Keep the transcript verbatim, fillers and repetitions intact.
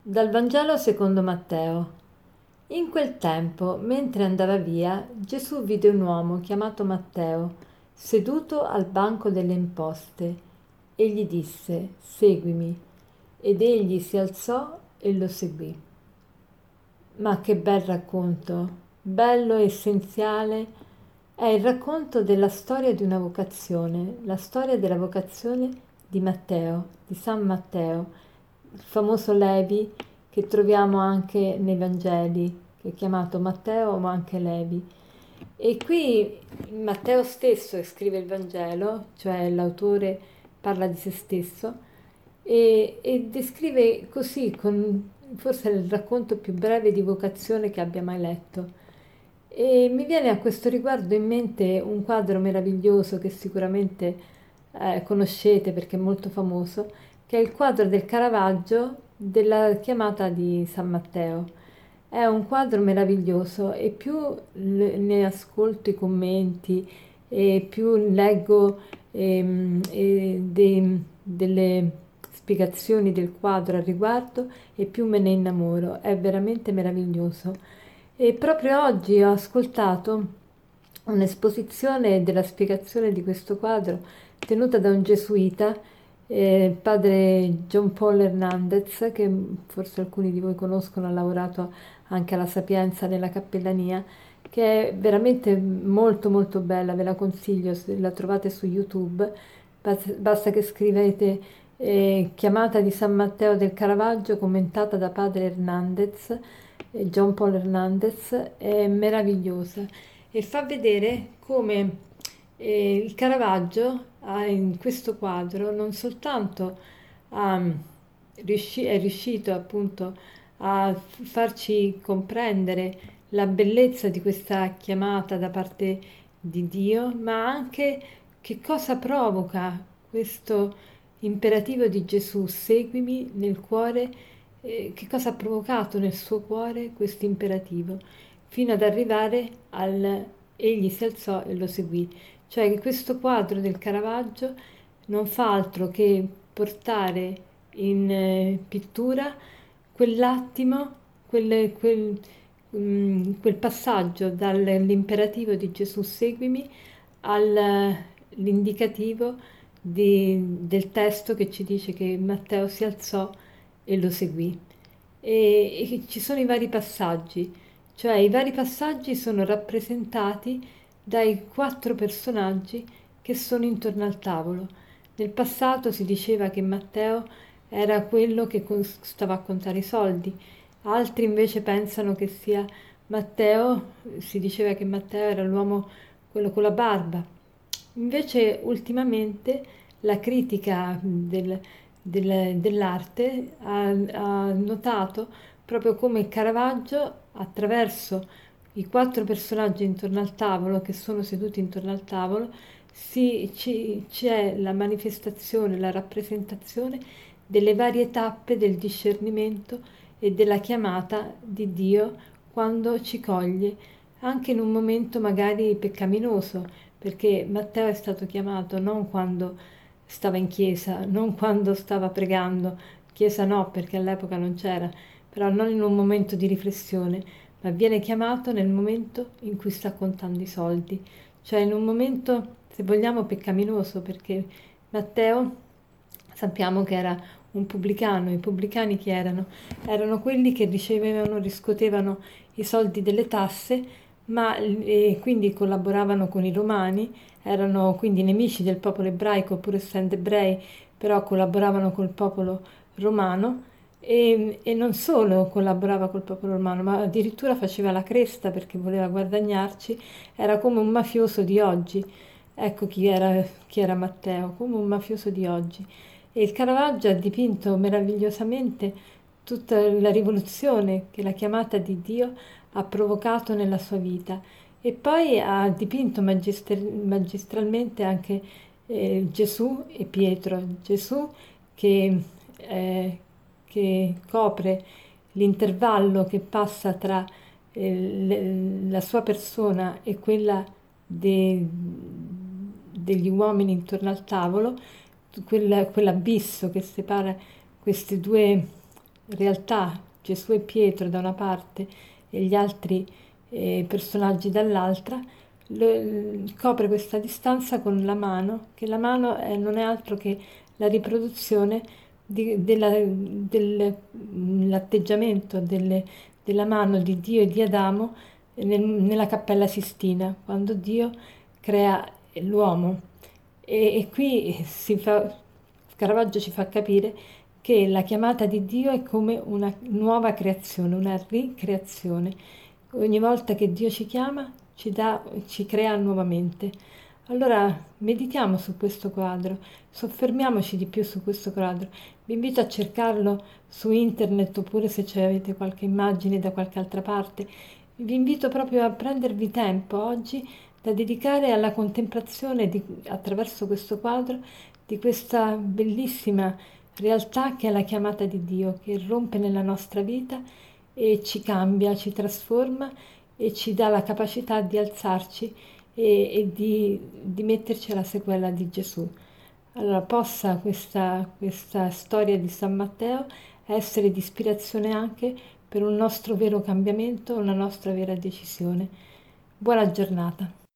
Dal Vangelo secondo Matteo. In quel tempo, mentre andava via, Gesù vide un uomo chiamato Matteo, seduto al banco delle imposte, e gli disse: Seguimi. Ed egli si alzò e lo seguì. Ma che bel racconto, bello e essenziale. È il racconto della storia di una vocazione, la storia della vocazione di Matteo, di San Matteo, il famoso Levi che troviamo anche nei Vangeli, che è chiamato Matteo ma anche Levi. E qui Matteo stesso scrive il Vangelo, cioè l'autore parla di se stesso e, e descrive così, con forse il racconto più breve di vocazione che abbia mai letto. E mi viene a questo riguardo in mente un quadro meraviglioso che sicuramente eh, conoscete perché è molto famoso, che è il quadro del Caravaggio della chiamata di San Matteo. È un quadro meraviglioso e più l- ne ascolto i commenti e più leggo ehm, e dei- delle spiegazioni del quadro al riguardo e più me ne innamoro. È veramente meraviglioso. E proprio oggi ho ascoltato un'esposizione della spiegazione di questo quadro tenuta da un gesuita, eh, padre John Paul Hernandez, che forse alcuni di voi conoscono, ha lavorato anche alla Sapienza nella cappellania, che è veramente molto molto bella, ve la consiglio, se la trovate su YouTube, basta, basta che scrivete eh, chiamata di San Matteo del Caravaggio commentata da padre Hernandez, eh, John Paul Hernandez, è meravigliosa e fa vedere come eh, il Caravaggio ha in questo quadro non soltanto ha, riusci- è riuscito appunto a farci comprendere la bellezza di questa chiamata da parte di Dio, ma anche che cosa provoca questo imperativo di Gesù, seguimi nel cuore, eh, che cosa ha provocato nel suo cuore questo imperativo, fino ad arrivare al egli si alzò e lo seguì. Cioè che questo quadro del Caravaggio non fa altro che portare in eh, pittura quell'attimo, quel, quel, mm, quel passaggio dall'imperativo di Gesù seguimi all'indicativo di- del testo che ci dice che Matteo si alzò e lo seguì. E, e ci sono i vari passaggi, cioè i vari passaggi sono rappresentati dai quattro personaggi che sono intorno al tavolo. Nel passato si diceva che Matteo era quello che cons- stava a contare i soldi, altri invece pensano che sia Matteo, si diceva che Matteo era l'uomo quello con la barba. Invece ultimamente la critica del- del- dell'arte ha, ha notato proprio come Caravaggio, attraverso i quattro personaggi intorno al tavolo, che sono seduti intorno al tavolo, si- ci- c'è la manifestazione, la rappresentazione delle varie tappe del discernimento e della chiamata di Dio quando ci coglie, anche in un momento magari peccaminoso, perché Matteo è stato chiamato non quando stava in chiesa, non quando stava pregando, chiesa no perché all'epoca non c'era, però non in un momento di riflessione, ma viene chiamato nel momento in cui sta contando i soldi, cioè in un momento, se vogliamo, peccaminoso, perché Matteo sappiamo che era un pubblicano. I pubblicani chi erano? Erano quelli che ricevevano, riscuotevano i soldi delle tasse, ma e quindi collaboravano con i romani, erano quindi nemici del popolo ebraico, pur essendo ebrei, però collaboravano col popolo romano e, e non solo collaborava col popolo romano, ma addirittura faceva la cresta perché voleva guadagnarci, era come un mafioso di oggi. Ecco chi era, chi era Matteo, come un mafioso di oggi. E il Caravaggio ha dipinto meravigliosamente tutta la rivoluzione che la chiamata di Dio ha provocato nella sua vita e poi ha dipinto magister- magistralmente anche eh, Gesù e Pietro, Gesù che, eh, che copre l'intervallo che passa tra eh, le- la sua persona e quella de- degli uomini intorno al tavolo, quel- quell'abisso che separa queste due realtà, Gesù e Pietro da una parte e gli altri eh, personaggi dall'altra, lo- copre questa distanza con la mano, che la mano è- non è altro che la riproduzione di- della- dell'atteggiamento delle- della mano di Dio e di Adamo nel- nella Cappella Sistina, quando Dio crea l'uomo. E, e qui si fa, Caravaggio ci fa capire che la chiamata di Dio è come una nuova creazione, una ricreazione. Ogni volta che Dio ci chiama, ci dà, ci crea nuovamente. Allora meditiamo su questo quadro, soffermiamoci di più su questo quadro. Vi invito a cercarlo su internet oppure se avete qualche immagine da qualche altra parte. Vi invito proprio a prendervi tempo oggi da dedicare alla contemplazione di- attraverso questo quadro di questa bellissima realtà che è la chiamata di Dio, che irrompe nella nostra vita e ci cambia, ci trasforma e ci dà la capacità di alzarci e, e di, di metterci alla sequela di Gesù. Allora possa questa, questa storia di San Matteo essere di ispirazione anche per un nostro vero cambiamento, una nostra vera decisione. Buona giornata.